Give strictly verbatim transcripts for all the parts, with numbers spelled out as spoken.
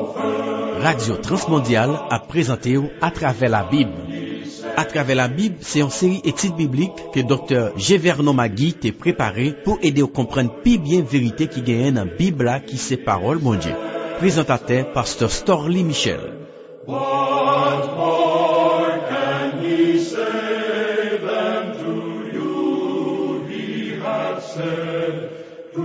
Radio Transmondiale a présenté à travers la Bible. À travers la Bible, c'est une série études bibliques que docteur Gévernon Magui t'a préparé pour aider à comprendre plus bien vérité qui gagne dans la Bible qui c'est parole mon Dieu. Présentateur Pasteur Storly Michel. What more can he say than to you he hath said to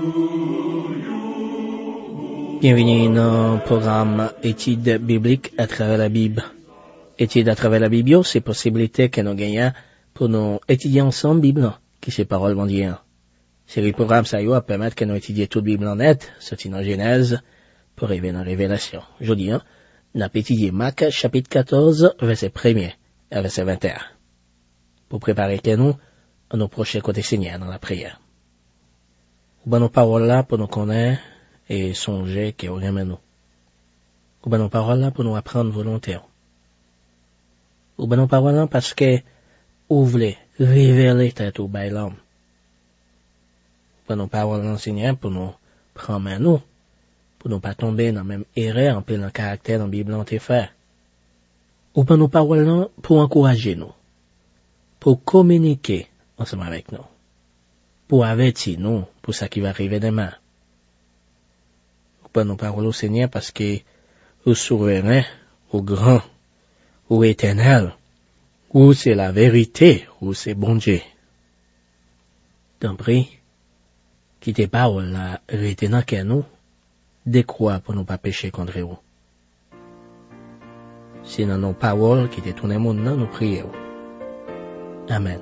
you? Bienvenue dans le programme Études bibliques à travers la Bible. Études à travers la Bible, c'est possibilité que nous gagnons pour nous étudier ensemble la Bible, qui c'est parole de Dieu. C'est le programme ça y va permettre que nous étudions toute la Bible en net, sorti dans Genèse, pour arriver dans la Révélation. Aujourd'hui, hein, nous avons étudié Marc, chapitre quatorze, verset premier, à verset vingt et un. Pour préparer que nous, à nos prochains côtés Seigneur dans la prière. Ou ben nos paroles là pour nous connaître et songer que nous aimons nous. Ou ben nos paroles là pour nous apprendre volontaire. Ou ben nos paroles là parce que vous voulez révéler tête au bail l'homme. Ou ben nos paroles là Seigneur pour nous prendre main nous. Pour ne pas tomber dans la même erreur en plein caractère dans la Bible en fait. Ou pas nos paroles là pour encourager nous, pour communiquer ensemble avec nous, pour avertir nous pour ça qui va arriver demain. Ou pas nos paroles au Seigneur parce que au souverain, au grand, au éternel, ou c'est la vérité, ou c'est bon Dieu. T'en prie, qui tes paroles là retenant qu'à nous, décroît pour ne pas pécher contre vous. C'est dans nos paroles qui détournent le monde, nous prions. Amen.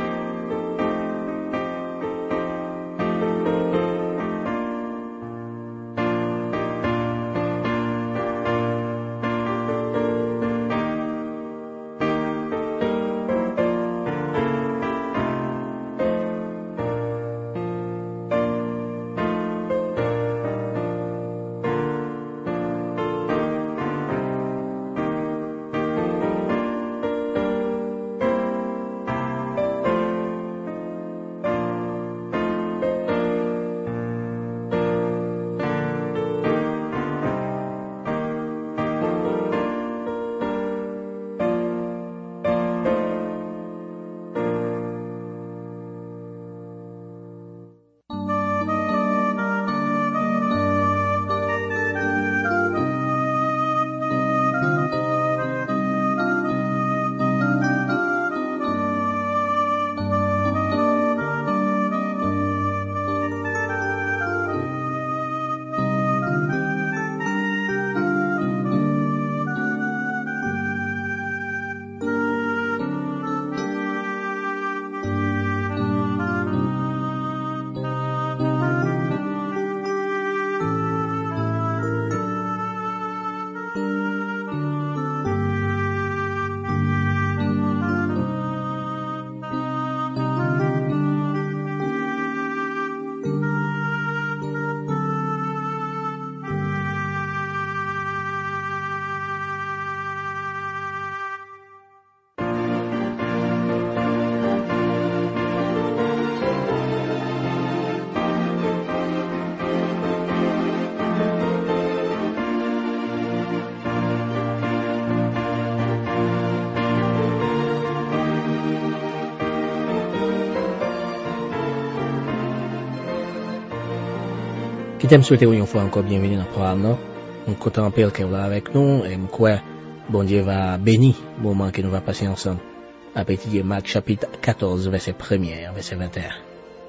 Qui t'aime souhaiter une fois encore bienvenue dans le programme, non? On content pile que vous êtes avec nous, et quoi, bon Dieu va bénir le moment que nous va passer ensemble. À partir de Marc chapitre quatorze, verset premier, verset vingt et un.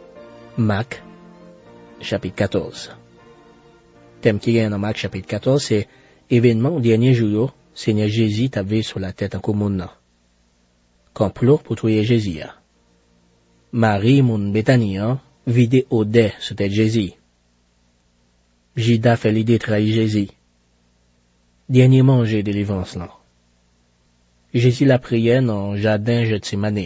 Marc, chapitre quatorze. Thème qui est dans Marc chapitre quatorze, c'est événement au dernier jour, Seigneur Jésus t'a vu sur la tête en commune. Complot pour tuer Jésus. Marie, mon Bethanie, vide au dé sur tête Jésus. Judas fait l'idée de trahir Jésus. Dernier manger de l'évangile là. Jésus la prière dans le jardin Gethsémane.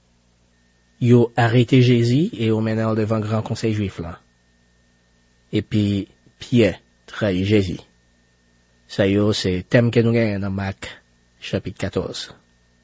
Yo arrêté Jésus et yo mené devant grand conseil juif là. Et puis Pierre trahit Jésus. Ça yo c'est thème que nous gagnons dans Marc chapitre quatorze.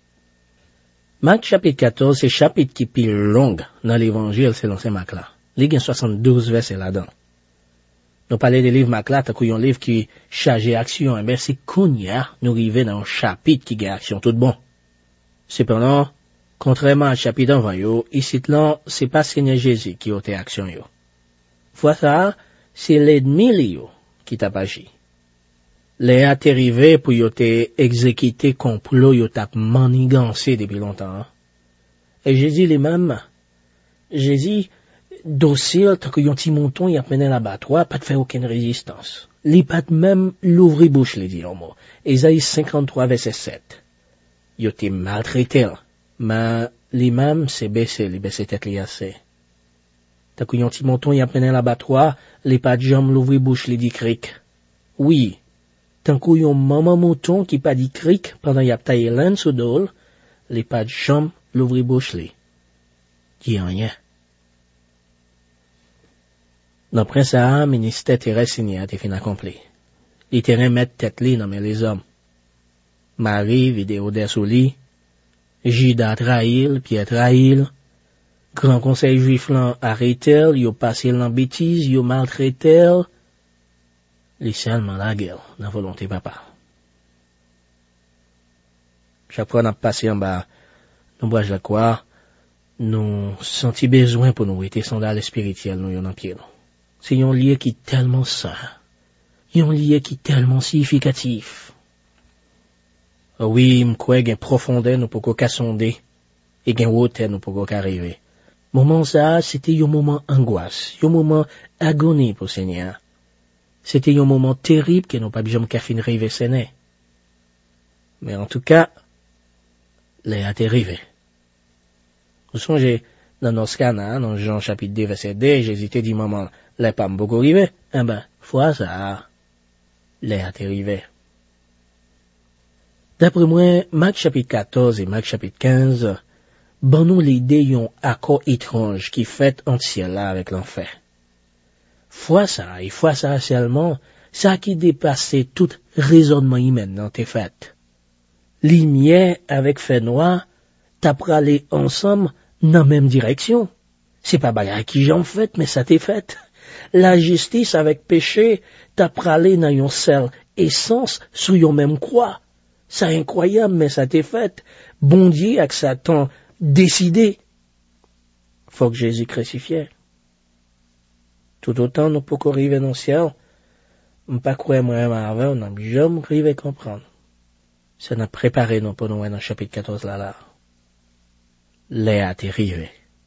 Marc chapitre quatorze c'est chapitre qui pile long dans l'évangile selon saint Marc là. Il y a soixante-douze versets là-dedans. Nous parlons des livres Macla, t'as un livre qui chargé action, et bien c'est Kounia, nous arrivons dans un chapitre qui gagne action tout bon. Cependant, contrairement à chapitre avant yo, ici là, c'est pas Seigneur Jésus qui a été action yo. Fois ça, c'est l'ennemi yo qui t'a agi. Les a arrivé pour yo te exécuter complot yo t'a manigancé depuis longtemps. Et Jésus lui-même, Jésus, docile, tant que yon ti mouton y a mené l'abattoir, pas de faire aucune résistance. Li pas même l'ouvri bouche, les dit en mot. Ésaïe cinquante-trois, verset sept. Yo te maltraité, mais lui-même s'est baissé, li baissé tête li assez. Tant que yon ti mouton y a mené l'abattoir, li pas de jambe l'ouvri bouche, li dit cric. Oui. Tant que yon maman mouton qui pas dit cric pendant y a taillé l'âne sous dol, li pas de jambe l'ouvri bouche, li. Dit rien. Dans prince a ministère terrestre signé a été fin accompli. Les terrains mettent tête li dans les hommes. Marie vidéo des sous lit. Judas trahil, Pierre trahil. Grand conseil juif l'en arrêté, yo passé l'en bêtise, yo maltraité. Les seulement la guerre, dans volonté papa. Chaque fois qu'on a passé en bas, nous bois la croix, nous senti besoin pour nous être sandales spirituels, nous yon en pied, nous. C'est un lien qui est tellement sain. Un lien qui est tellement significatif. Oh oui, m'kwe gen profondeur nous pour qu'à sonder, et gen hauteur nous pour qu'à arriver. Moment ça, c'était un moment angoisse, un moment agonie pour Seigneur. C'était un moment terrible que nous pas besoin qu'à fin river Seigneur. Mais en tout cas, les a arrivé. Vous songez, dans nos scans, dans Jean chapitre deux, verset deux, Jésus te dit maman, les pas beaucoup arrivé, eh ben, fois ça, les a arrivé. D'après moi, Marc chapitre quatorze et Marc chapitre quinze, bon nous l'idée d'un accord étrange qui fait entre ciel là avec l'enfer. Fois ça, et fois ça seulement, ça qui dépassait tout raisonnement humain dans tes fêtes. Lumière avec fait noir, t'as pralé ensemble dans même direction. C'est pas bagarre qui j'en fait, mais ça t'est fait. La justice avec péché, t'as pralé dans yon seul essence sous yon même croix. C'est incroyable, mais ça t'est fait. Bon Dieu avec Satan décidé. Faut que Jésus crucifié. Tout autant nous pouvons arriver dans le ciel, on pas croire moi avant, on n'a jamais arrivé à comprendre. Ça n'a préparé nous pour nous dans le chapitre quatorze là là. Léa a arrivé.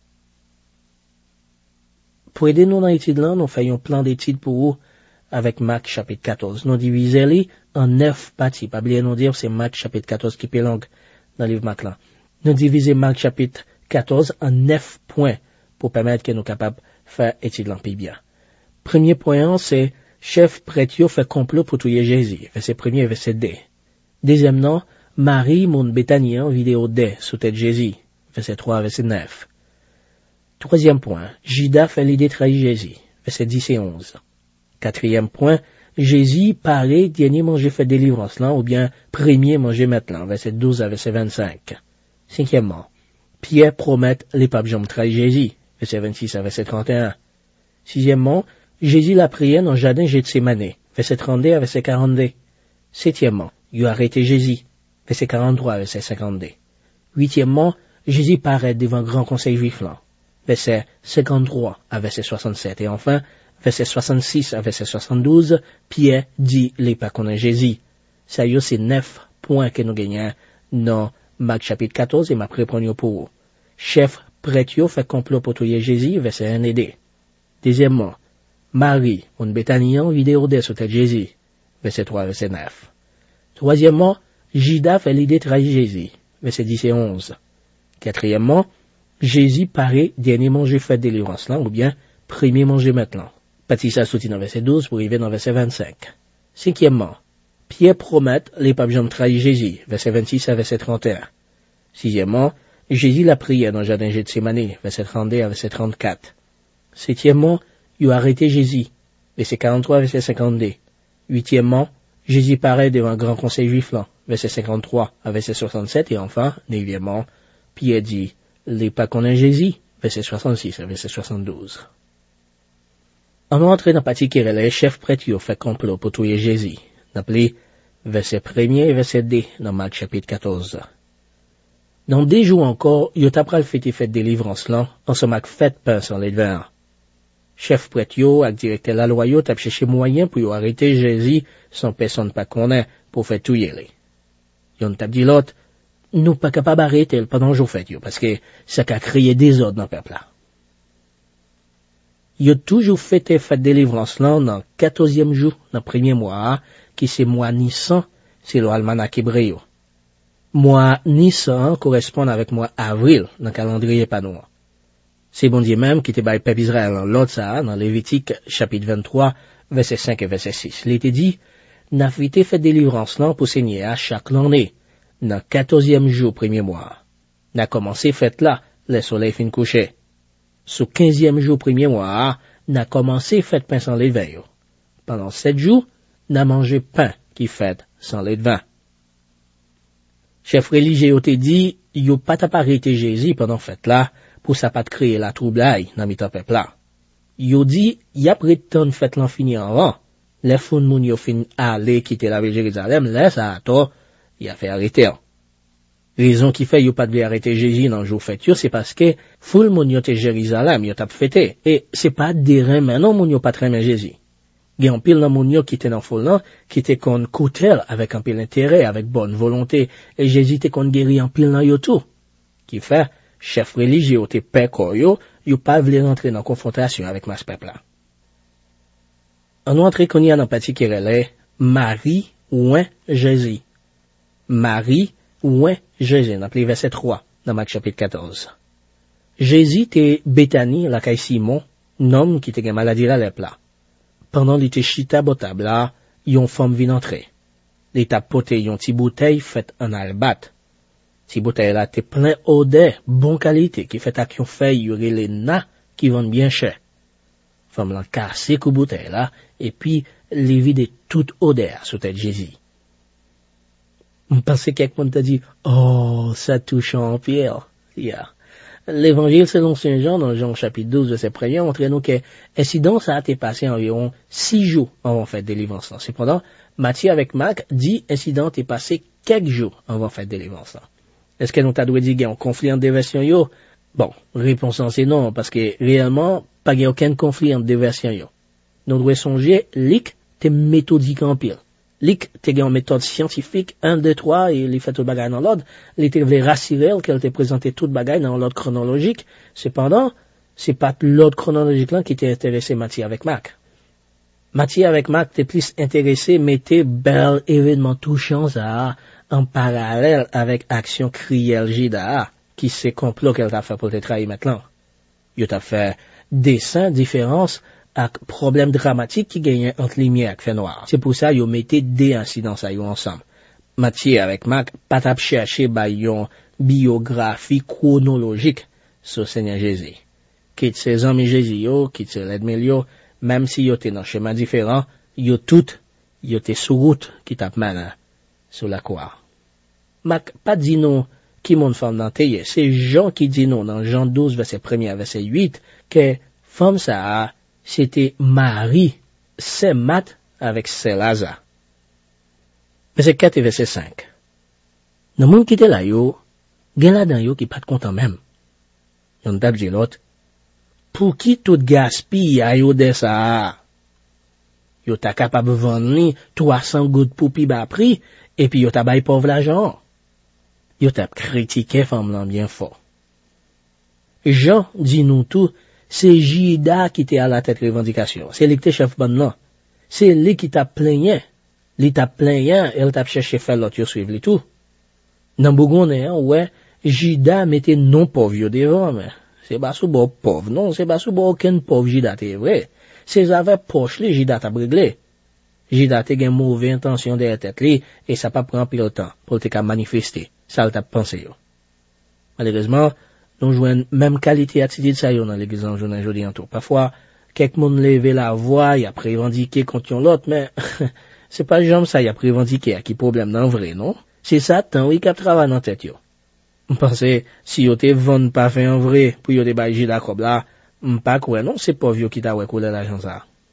Pour aider nous dans l'étude là, nous faisons un plan d'étude pour vous avec Marc chapitre quatorze. Nous divisons en neuf parties. Pas oublier nous dire c'est Marc chapitre quatorze qui est long dans le livre Marc là. Nous divisons Marc chapitre quatorze en neuf points pour permettre que nous capables de faire étude là bien. Premier point, c'est chef prêtre fait complot pour tuer Jésus. Verset premier, verset deux. Deuxième nom, Marie, mon Béthanien, vidéo deux, sous tête Jésus. Verset trois, verset neuf. Troisième point, Judas fait l'idée de trahir Jésus. Verset dix et onze. Quatrième point, Jésus paraît dernier manger fait délivrance là, ou bien premier manger maintenant. Verset douze à verset vingt-cinq. Cinquièmement, Pierre promet les papes Jean trahir Jésus. Verset vingt-six à verset trente et un. Sixièmement, Jésus la prière dans le jardin Gethsémane. Verset trente-deux à verset quarante-deux. Septièmement, il a arrêté Jésus. Verset quarante-trois à verset cinquante-deux. Huitièmement, Jésus paraît devant le grand conseil juif là. Verset cinquante-trois à verset soixante-sept. Et enfin, verset soixante-six à verset soixante-douze, Pierre dit les pas qu'on a Jésus. Ça y est, c'est neuf points que nous gagnons dans Marc chapitre quatorze et ma réponse pour vous. Chef prêtre fait complot pour tuer Jésus, verset un et deux. Deuxièmement, Marie, on Béthanien, vidéo de sur tête Jésus, verset trois, verset neuf. Troisièmement, Judas fait l'idée de trahir Jésus, verset dix et onze. Quatrièmement, Jésus paraît dernier manger fait délivrance là, ou bien premier manger maintenant. Parti ça soutient dans verset douze pour arriver dans verset vingt-cinq. Cinquièmement, Pierre promet les papes Jean trahir Jésus, verset vingt-six à verset trente et un. Sixièmement, Jésus la prière dans le jardin Gethsémane, verset trente-deux à verset trente-quatre. Septièmement, il a arrêté Jésus, verset quarante-trois à verset cinquante-deux. Huitièmement, Jésus paraît devant un grand conseil juif là, verset cinquante-trois à verset soixante-sept. Et enfin, neuvièmement, Pierre dit, les pas qu'on a Jésus, verset soixante-six à verset soixante-douze. On entre dans partie qui relève chef prêtre yo fait complot pour tuer Jésus. D'après verset premier et verset deux dans Marc chapitre quatorze. Dans des jours encore, yo t'a pral fêter fête délivrance là, en se marque fête pain sans les vins. Chef prêtre yo ak directeur la loi yo t'a cherché moyen pour yo arrêter Jésus sans personne pas connaît pour faire tuer les. Yon t'a dit l'autre, nous pas capable arrêter pendant jour fête yo parce que ça a créé désordre dans le peuple là. Yo toujours fêté fête délivrance là dans quatorzième jour dans premier mois qui c'est mois Nissan, c'est le almanach hébreu. Mois Nissan correspond avec mois avril dans le calendrier panois. C'est bon Dieu même qui te baille peuple Israël dans l'autre ça dans Lévitique chapitre vingt-trois verset cinq et verset six. Il était dit n'a fêté fête délivrance là pour Seigneur à chaque l'année dans quatorzième jour premier mois. N'a commencé fête là le soleil fin coucher. Sous quinzième jour premier mois, n'a commencé fête pain sans lait de vin. Pendant sept jours, n'a mangé pain qui fête sans lait de vin. Chef religieux te dit, yo pas t'a arrêté Jésus pendant fête là, pour ça pas créer la troublade dans mi peuple là. Yo dit, y a prétend fête l'en fini avant. Les fous moun yo fin aller quitter la ville Jérusalem, laisse à toi, y a fait arrêter. Raison qui fait yo pas de arrêter Jésus dans le jour fête yo, c'est parce que foule moun yo te Jérusalem yo t'a fêté et c'est pas des maintenant moun yo pas très Jésus. Gen pile nan moun yo qui te dans foule là, qui te kon coutel avec un pile intérêt, avec bonne volonté et Jésus te kon guéri en pile nan yo tout. Qui fait chef religieux te peko yo, yo pas vle rentrer dans confrontation avec mas peuple là. On entre qu'on y a dans partie qui relève Marie ouin Jésus. Marie ouin Jésus, dans le verset trois, dans Marc chapitre quatorze. Jésus te Béthanie, la caille Simon, nom qui te gen maladie la lèpre là. Pendant l'été chita botable là, yon femme vin entrer. L'état poté yon ti bouteille faite en albat. Ti bouteille là te plein odeur, bon qualité, qui fait ak yon feuille yore les na, qui vendent bien cher. Femme là cassé kou bouteille là, et puis, les vide toute odeur sous tête Jésus. On pensait quelqu'un t'a dit, oh, ça touche en pierre. Yeah. L'évangile selon Saint Jean, dans Jean chapitre douze, verset premier, montre nous que l'incident ça a été passé environ six jours avant fête délivrance. Cependant, Matthieu avec Marc dit incident est passé quelques jours avant fête délivrance. Est-ce que nous t'a dû dire qu'il y a un conflit entre des versions yo? Bon, réponse c'est non, parce que réellement, pas y a aucun conflit entre des versions yo. Nous devons songer, lik, t'es méthodique en pile. Lik te gen méthode scientifique, un, deux, trois, et li fait tout bagay dans l'ordre, li te vle rassurer qu'elle te présenté tout bagay dans l'ordre chronologique. Cependant, c'est pas l'ordre chronologique là qui t'est intéressé Matthieu avec Marc. Matthieu avec Marc t'es plus intéressé, mettez bel événement touchant ça, en parallèle avec action crielle Jida, qui c'est complot qu'elle t'a fait pour te trahir maintenant. Yo t'a fait dessin, différence, ak problème dramatique qui gagne entre lumière et fait noir. C'est pour ça yo mettez des incidents ça yo ensemble. Matthieu avec Marc pas t'a chercher ba yon biographie chronologique sur Seigneur Jésus. Quitte ses amis Jésus yo, quitte ses l'admire yo, même si yo te dans chemin différent, yo tout yo te sous route qui t'a mené sur la croix. Marc pas dit non qui mon femme dans teye, c'est Jean qui dit non dans Jean douze verset premier à verset huit que femme ça c'était Marie, c'est Matt avec c'est Lazare. Verset quatre et verset cinq. Dans monde qui était là yo, gen la dan yo qui pas content même. Yon t'a dit l'autre, pour qui tout gaspille a yo de ça? Yo t'a capable vendre ni trois cents gouttes pour pi bas prix, et puis yo t'a bay pauvre l'argent. Yo t'a critiqué femme lan bien fort. Jean dit nous tout, c'est Jida qui était à la tête revendication. C'est lui qui était chef ban là. C'est lui qui t'a plaigné. Lui t'a plaigné, elle t'a cherché faire l'autre yo suivre lui tout. Dans Bourgogne, ouais, Jida mettait non pauvre yo devant, mais c'est pas sous bon pauvre, non, c'est pas sous bon aucun pauvre Jida, c'est vrai. C'est avec poche li Jida t'a réglé. Jida t'a gen mauvaise intention derrière tête li, et ça pas prend plus de temps pour te manifester. Ça t'a pensé yo. Malheureusement, nous jouons même qualité attitude ça yo dans l'église en journée aujourd'hui en tout. Parfois, quelques monde lever la voix, y a prévendiqué contre l'autre, mais c'est pas jamais ça y a prévendiqué à qui problème dans vrai, non? C'est ça tant oui qui travaille dans tête yo. M'pense si yo te vend pas fait en vrai pour yo te bailler Jacob là, m'pas quoi non, c'est pauvre yo qui t'a ouais couler l'argent ça.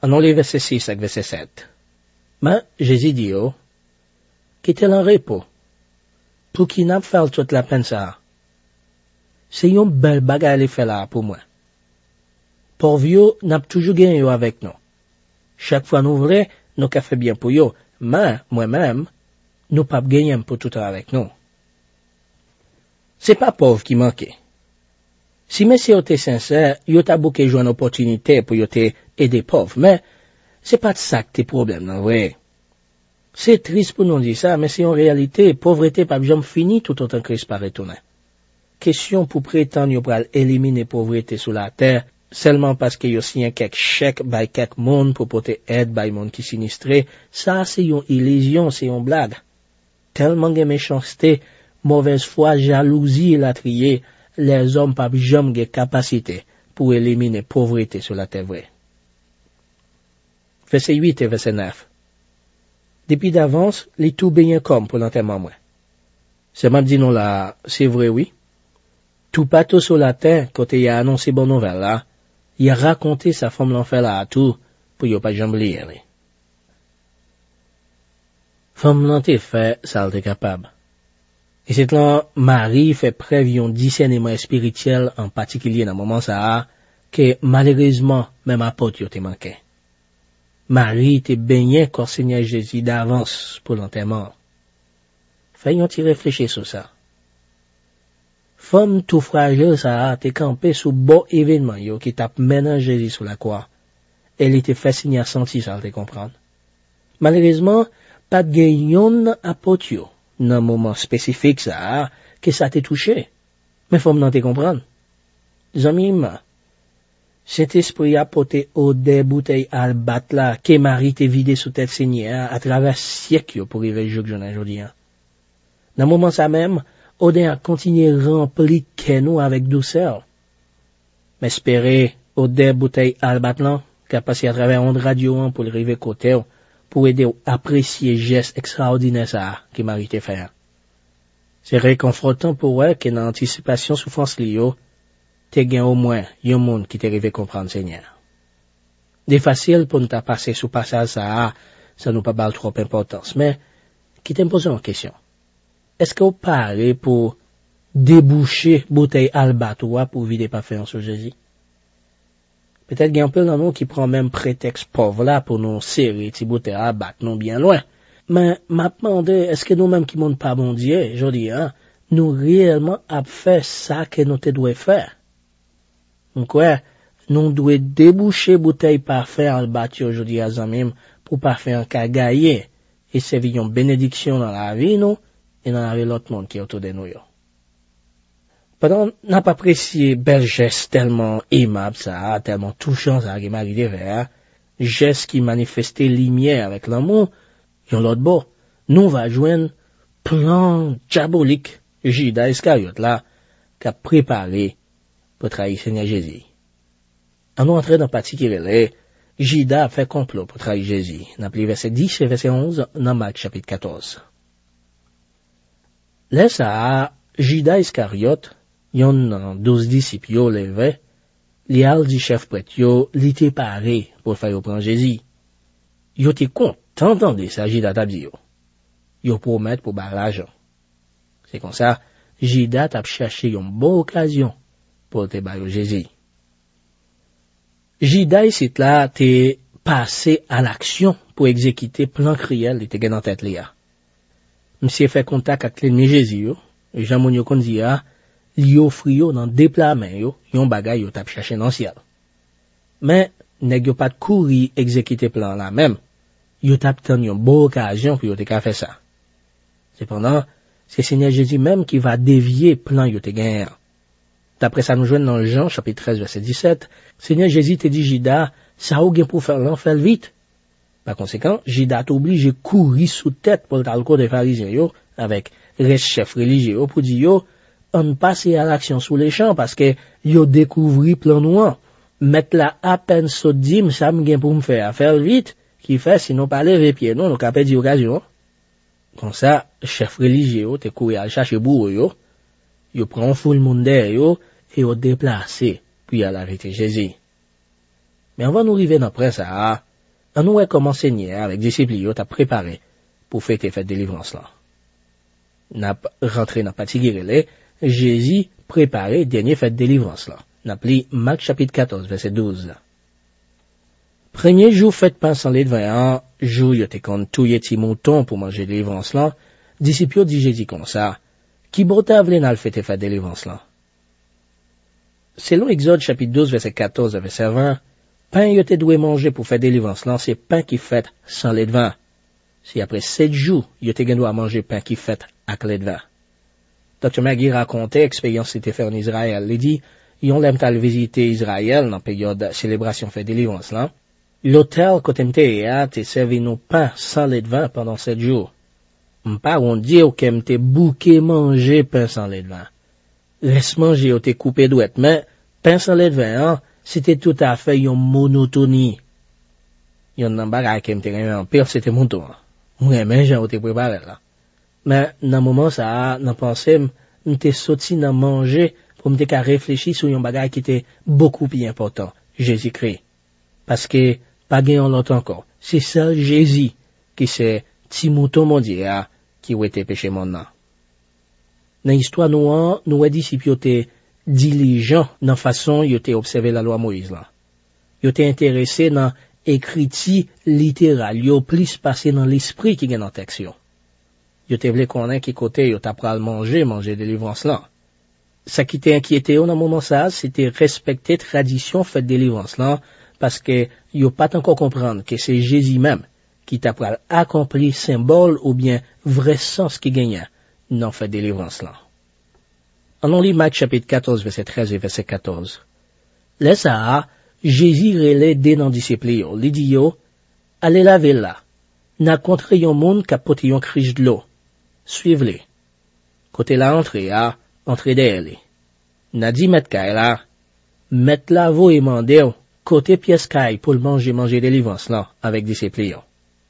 On les verset six avec verset sept. Mais Jésus dit, oh, quittez-le en repos. Pour qui n'a pas fait toute la peine ça. C'est une belle bagarre à faire là pour moi. Pour vieux, n'a toujours gagné avec nous. Chaque fois nous voulons, nous qu'a fait bien pour eux, mais moi-même, nous pas gagné pour tout avec nous. C'est pas pauvre qui manquait. Si messieurs étaient sincères, ils ont beaucoup joué une opportunité pour aider pauvres, mais c'est pas de ça que tes problèmes, non vrai. C'est triste pour nous dire ça, mais c'est en réalité, pauvreté pas jamais fini tout autant que Christ pas retourné. Question pour prétendre pour éliminer pauvreté sur la terre, seulement parce qu'il y a signé quelques chèques by quelques monde pour porter aide by monde qui sinistré, ça c'est une illusion, c'est une blague. Tellement de méchanceté, mauvaise foi, jalousie et la trier, les hommes pas jamais de capacité pour éliminer pauvreté sur la terre vraie. Verset huit et verset neuf. Depuis d'avance, les tout bien comme pour l'enterrement moi. C'est m'a dit non là, c'est vrai oui. Tout bateau sur la terre, quand il a annoncé bonne nouvelle là, il a raconté sa femme l'enfer là à tout, pour y pas jamais lire. Femme l'enté fait, ça l'était capable. Et c'est là, Marie fait preuve d'un discernement spirituel en particulier dans le moment ça, que malheureusement, même apôtre y a été manqué. Marie était baignée quand Seigneur Jésus d'avance pour l'enterrement. Faisons y réfléchir sur ça. Femme tout fragile ça a été campée sous beau événement yo qui tape maintenant Jésus sur la croix. Elle était fait signer à sentir ça, te comprendre. Malheureusement, pas de gagnant apôtre yo. Dans un moment spécifique, ça, que ça t'est touché. Mais faut m'en te comprendre. Zami, cet esprit a porté au des bouteilles albat là, que Marie t'est vidé sous tête Seigneur à travers siècles pour arriver jour que j'en ai aujourd'hui. Dans un moment ça même, Odin a continué rempli nous avec douceur. Mais espérer au des bouteilles albat là, qui a passé à travers onde radio pour arriver côté, pour aider à apprécier geste extraordinaire ça que Marie t'a fait. C'est réconfortant pour elle que dans l'anticipation souffrance liée, t'es gain au moins un monde qui t'est arrivé comprendre Seigneur. C'est facile pour nous ta passer sous passage ça, ça nous pas parle trop d'importance, mais qui t'aime poser une question. Est-ce que vous parlez pour déboucher bouteille albatrois pour vider parfait sur Jésus? Peut-être qu'il y a un peu dans nous qui prend même prétexte pauvre là pour nous serrer, ti bouteille albat, non bien loin. Mais, m'a demandé, est-ce que nous-mêmes qui montent pas bon Dieu, je dis, hein, nous réellement a fait ça que nous te devons faire? Donc, ouais, nous devons déboucher bouteille parfait albat aujourd'hui à Zamim pour parfait en cas gaillé et servir une bénédiction dans la vie, nous, et dans la vie de l'autre monde qui est autour de nous. Pendant, n'a pas apprécié bel geste tellement aimable, ça, tellement touchant, ça, qui m'a arrivé vers, geste qui manifestait lumière avec l'amour, et l'autre beau, nous va joindre plan diabolique, Judas Iscariote là, qu'a préparé pour trahir Seigneur Jésus. En nous entrer dans partie qui relève, Judas a fait complot pour trahir Jésus. N'a appelé verset dix et verset onze dans Marc chapitre quatorze. Là, ça, Judas Iscariote, yon douze disciples yo levé, li al di chef prêtre yo, li te paré pour faire prendre Jésus. Yo te content d'entendre ça, Judas t'a dit yo. Yo promet pour bar l'argent. C'est comme ça, Judas t'a cherché une bonne occasion pour te bar Jésus. Judas ici là t'es passé à l'action pour exécuter plan cruel qui te gen en tête là. Monsieur fait contact avec l'ennemi Jésus yo, et Jean Monio kon di a, li offri yo dans déplacement yo, yon bagay yo t'a cherché dans ciel. Mais nèg yo pas de courir exécuter plan là même. Yo t'a tenu une bonne occasion pour yo te faire ça. Cependant, c'est Seigneur Jésus même qui va dévier plan yo te gagner. D'après ça nous joigne dans Jean chapitre treize verset dix-sept, Seigneur Jésus te dit Judas, ça ou gen pour faire l'enfer vite. Par conséquent, Judas t'oblige de courir sous tête pour le cours des pharisiens yo avec les chefs religieux pour dire yo on passe à l'action sous les champs parce que yo découvri plan noir. Mettre la à peine so dim ça me gen pour me faire faire vite qui fait sinon pas lever pied non, nous ka perdre occasion. Comme ça, chef religieux te courir à chercher bourreau yo, yo prend foule monde yo et yo déplacer puis à l'arrêter Jésus. Mais avant nous arriver dans après ça, On nous est comme enseigné avec disciples yo t'a préparé pour fêter fête délivrance là. N'a rentré dans partie guérelé, Jésus préparé dernier fête délivrance là. N'a pris Marc chapitre quatorze verset douze là. Premier jour fête pain sans lait de vin, jour yo te kon touye ti mouton pour manger délivrance là, disciples dit Jésus comme ça, qui bota vle nan fêter fête délivrance là. Selon Exode chapitre douze verset quatorze verset vingt, pain yo te doué manger pour faire délivrance là, c'est pain qui fait sans lait de vin. Si après sept jours, yo te gen doit manger pain qui fait avec lait de vin. docteur Magui racontait expérience c'était fait en Israël. Il dit, yon l'aime tal visiter Israël dans période célébration fait délivrance là. L'hôtel côté m'te a te servi nous pain sans lait de vin pendant sept jours. M'pa on dit ou qu'aime te bouquet manger pain sans lait de vin. Reste manger ou te coupé douette, mais pain sans lait de vin, hein, c'était tout à fait une monotonie. Yon nan bagay qu'aime te remen en pire, c'était mon tour. Moi, mais j'ai été préparé là. Mais, dans moment ça, dans pensée, m'te sorti dans manger pour m'te ka réfléchir sur un bagay qui était beaucoup plus important, Jésus-Christ. Parce que, pas gagnant l'autre encore. C'est ça, Jésus, qui c'est, ti mouton mondial, qui ou été péché mon nom. Dans l'histoire noire, nous, disciples, yo te diligents dans façon, yo te observé la loi Moïse là. Yo te intéressé dans écriti littéral, yo plus passé dans l'esprit qui gagne dans texte yo. Yo te vle connaître qui côté yo t'a pral manger, manger délivrance là. Ça qui t'est inquiété au dans moment ça, c'était respecter tradition fait délivrance là, parce que yo pas encore comprendre que c'est Jésus même qui t'a pral accompli symbole ou bien vrai sens qui gagne dans fait délivrance là. On lit Marc chapitre quatorze verset treize et verset quatorze. Là ça, Jésus relè des non disciples yo, li di yo, allez laver là. N'a contré yon moun ka pote yon criche de l'eau. Suive-le. Côté la entrée a, entrée d'elle. N'a dit met kay la, met lavo et mandé côté pièce kay pour le manger manger délivrance là avec disciples yo.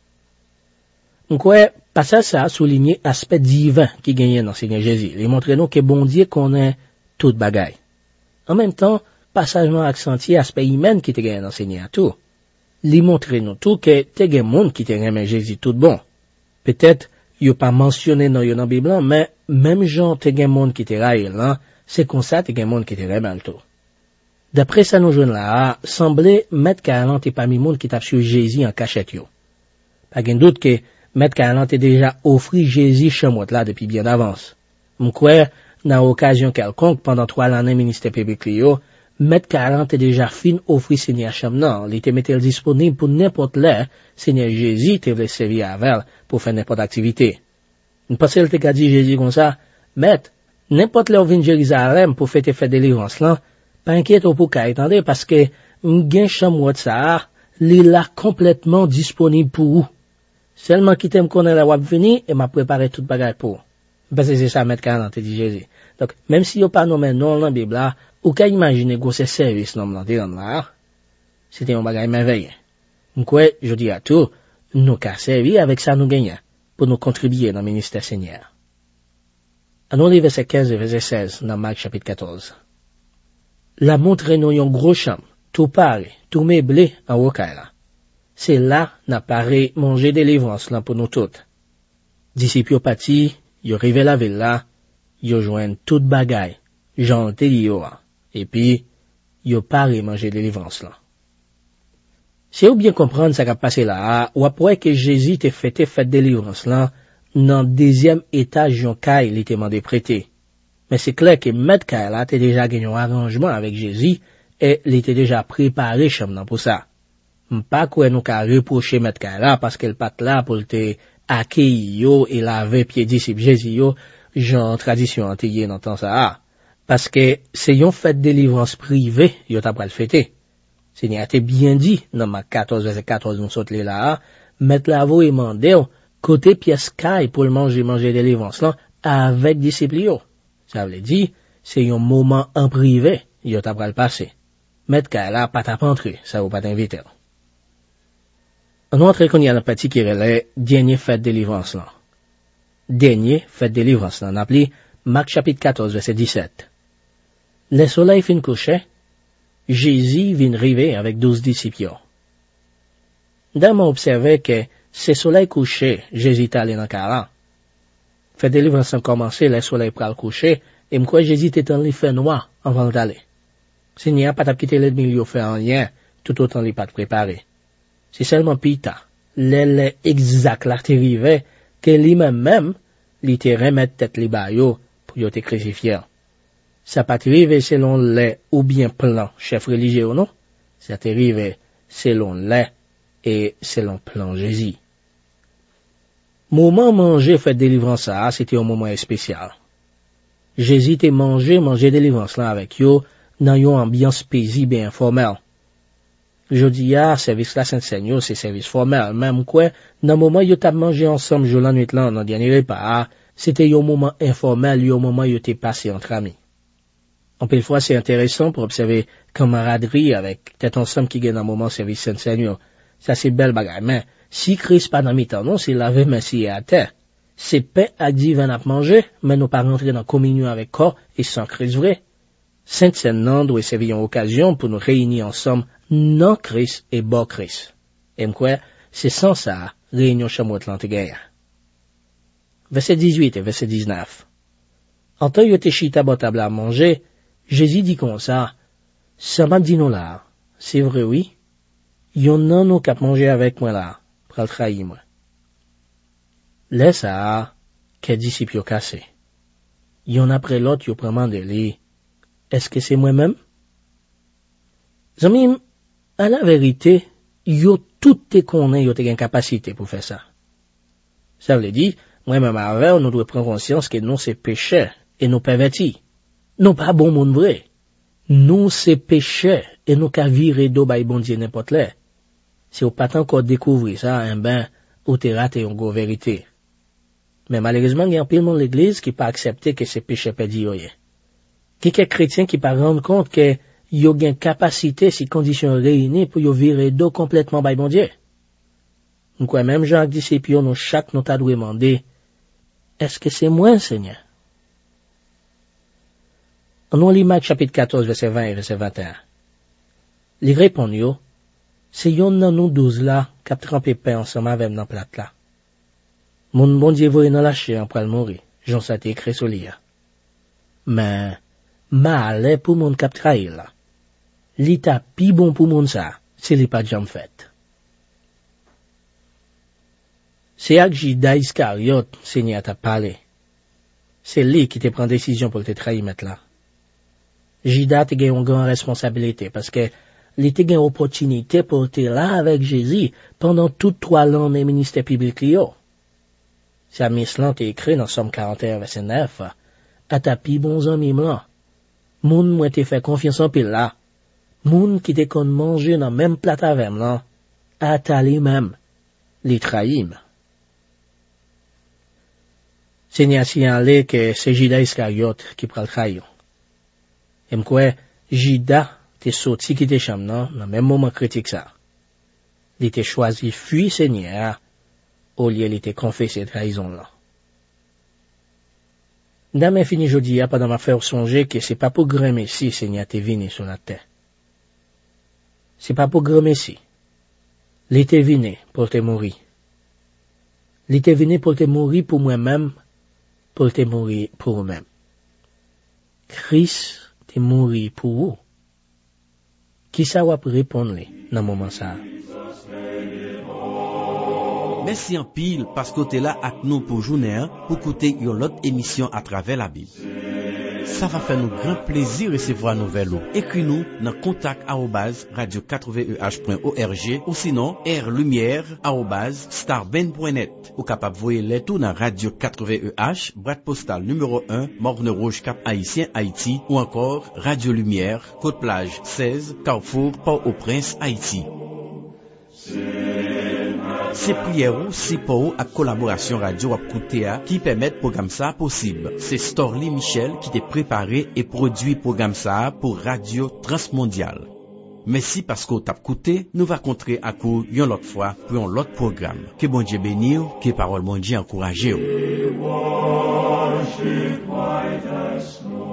M'kwe, passage ça a souligné aspect divin qui gagne dans Seigneur Jésus. Il montre nous que bon Dieu connaît toute bagaille. En même temps, passagement accentué aspect humain qui te gagne dans Seigneur tout. Li montre nous tout que te gen monde qui te remet Jésus tout bon. Peut-être, yo pas mentionné dans yon Bible, mais même Jean te gen monde qui te raille là, c'est comme ça te gen monde qui te remet tout. D'après ça nous jeunes là, semblait mettre Calan te parmi monde qui t'a sur Jésus en cachette yo. Pas gen doute que mettre Calan te déjà offri Jésus chamot là depuis bien d'avance. M'kwe, dans occasion quelconque pendant trois l'année ministère public yo, Mettre quarante déjà fin offri Seigneur Chamnan, il était mettre disponible pour n'importe l'air, Seigneur Jésus te voulait servir avec pour faire n'importe activité. Une passée, il te dit Jésus comme ça, Maître, n'importe l'air vin Jérusalem pour faire tes fêtes de délivrance là, pas inquiète pour qu'à attendre parce que, m'gain chambre de ça, il est complètement disponible pour vous. Seulement qui t'aime connaître la wap vini, et m'a préparé toute bagaille pour. Parce que c'est ça, mettre quarante, dit Jésus. Donc, même si yo pas nommé non dans la Bible là, ou ka imaginer que ce service nom là dedans là, c'était un bagage merveilleux. M'kwe, je dis à tout, nous ka servi avec ça nous gagner pour nous contribuer dans le ministère Seigneur. Allons les versets quinze et verset seize dans Marc chapitre quatorze. La montre nous yon gros chambre, tout paré, tout meublé en rocaille là. C'est là n'a paré manger délivrance là pour nous toutes. Disciples parti, yo rivé la ville là, yo joignent toute bagaille, Jean te dit yo. Et puis, yo paré manger délivrance là. Si vous bien comprendre ça qui a passé là, ou après que Jésus te fêté fête délivrance là, dans deuxième étage yon kay il était mandé prêter. Mais c'est clair que mettre kay là t'es déjà gagné un arrangement avec Jésus et il était déjà préparé chambre pour ça. M'pas quoi nous ka reprocher mettre kay là parce qu'elle pas là pour te accueillir yo et laver pied disciple Jésus yo, genre tradition antille dans temps ça. Parce que c'est une fête de délivrance privée, yo t'a pas le fêter. Seigneur t'a bien dit, dans Marc quatorze, verset quatorze, nous saute là, mettre la voix et mandé, côté pièce caille pour le manger, manger délivrance là, avec disciples yo. Ça veut dire, c'est un moment en privé, yo t'a pas le passer. Mettre caille là, pas t'a pas entrer, ça vous pas t'inviter. On entre qu'on y a la partie qui relève, dernier fête de délivrance là. Dernier fête de délivrance là, on appelé Marc chapitre quatorze, verset dix-sept. Le soleil fin couché, Jésus vient river avec douze disciples. D'un m'a observé que c'est soleil couché, Jésus est allé dans Caran. Fait délivrance a commencé, le soleil pral coucher, et m'croit Jésus était en fait noir avant d'aller. Seigneur pas t'a quitté le milieu fait en rien, tout autant les pas préparé. C'est seulement pita, l'aile exact là t'arrivait, que lui-même même, li te remettre tête li bayo, pour y te crucifier. Ça pas arrivé selon les ou bien plan chef religieux ou non, ça arrivé selon les et selon plan Jésus. Moment manger fait délivrance ça, c'était un moment spécial. Jésus te mangé, manger délivrance là avec yo, dans une ambiance paisible et informelle. Je dis, ah, service là, Saint-Seigneur, c'est service formel. Même quoi, dans le moment où yo t'a mangé ensemble, jour la nuit là, dans dernier repas, c'était un moment informel, un moment où yo t'es passé entre amis. En pile fois, c'est intéressant pour observer camaraderie avec tête ensemble qui gagne un moment service Saint-Seigneur. Ça, c'est belle bagaille. Mais, si Christ pas dans mi-temps, non, c'est laver, merci à terre. C'est paix à divin à manger, mais nous pas rentrer dans communion avec corps et sans Christ vrai. Saint-Seigneur doit servir une occasion pour nous réunir ensemble, non Christ et bon Christ. Et m'quoi, c'est sans ça, réunion chambre Atlante gagne. Verset dix-huit et verset dix-neuf. En tant que te chita bon table à manger, Jésus dit comme ça, ça m'a dit nous là, c'est vrai oui, y'en a nous qu'à manger avec moi là, pour le trahir moi. Laisse ça, qu'est disciple yo cassé. Y'en après l'autre yo prend de lui. Est-ce que c'est moi-même? Zami, à la vérité, yo tout te connaît, yo te gen capacité pour faire ça. Ça veut dire, moi-même avec, nous devons prendre conscience que nous c'est péché et nous pervertis. Non pas bon monde vrai. Nous c'est péché et nous qu'à virer d'eau by bon Dieu n'importe là. Si vous pas encore découvrir ça, un ben, ou te raté une grosse vérité. Mais malheureusement, il y a un peu de monde l'église qui pas accepté que c'est péché perdu. Quelques chrétiens qui pas rendre compte que yo gen capacité si conditions réunies pour yo virer d'eau complètement by bon Dieu. Nous quoi même Jacques disciple nous chaque nous t'a demandé est-ce que c'est moi Seigneur? On lit Marc chapitre quatorze verset vingt et verset vingt et un. Il répond yo c'est yon nan nous douze là qui a trempé pain ensemble avec dans plate là. Mon bon Dieu voye dans la chair pour le mourir. Jean ça écrit sur l'ia. Mais mal pour mon cap trahir là. Li ta pi bon pour mon ça, c'est li pas jam fait. C'est avec Judas Iscariot, Seigneur t'a parlé. C'est lui qui te prend décision pour te trahir mettre là. Judas te gagne une grande responsabilité parce que li te gagne opportunité pour te là avec Jésus pendant toutes trois ans dans le ministère public là. Sa mission est écrit dans Somme quarante et un verset neuf. À ta pi bons amis là. Moun moi te fait confiance en pile là. Moun qui te kon manger dans même plat avec là. À ta li même. Li trahim. Seigneur signalé que c'est Judas Iscariot qui prend le trahir. Et m'kwe, Judas te sorti qui te chambre dans le même moment critique ça. Il te choisi fuir Seigneur au lieu de te confesser trahison là. Dame fini jodi a pendant m'a faire songer que c'est pas pour grand messie Seigneur te venu sur la terre. C'est pas pour grand messie. Il te venu pour te mourir. Il te venu pour te mourir pour moi-même, pour te mourir pour vous-même. Christ te mourir pour vous. Qui ça va répondre dans moment ça? Merci en pile parce que tu es là avec nous pour journée pour écouter une autre émission à travers la Bible. Ça va faire nous grand plaisir de recevoir nos vélos. Écris-nous dans contact arobase radio quatre v e h point org ou sinon airlumière arobase starben point net ou capable voyer les tout dans radio quatre v e h boîte postale numéro un Morne Rouge Cap Haïtien Haïti ou encore Radio Lumière Côte Plage seize Carrefour Port-au-Prince Haïti. C'est prière ou si pour à collaboration radio à côté qui permettent programme ça possible. C'est Storly Michel qui t'a préparé et produit programme ça pour Radio Transmondial. Merci parce que t'as écouté, nous va rencontrer à coup une autre fois pour un autre programme. Que bon Dieu bénisse, que parole bon Dieu encourage.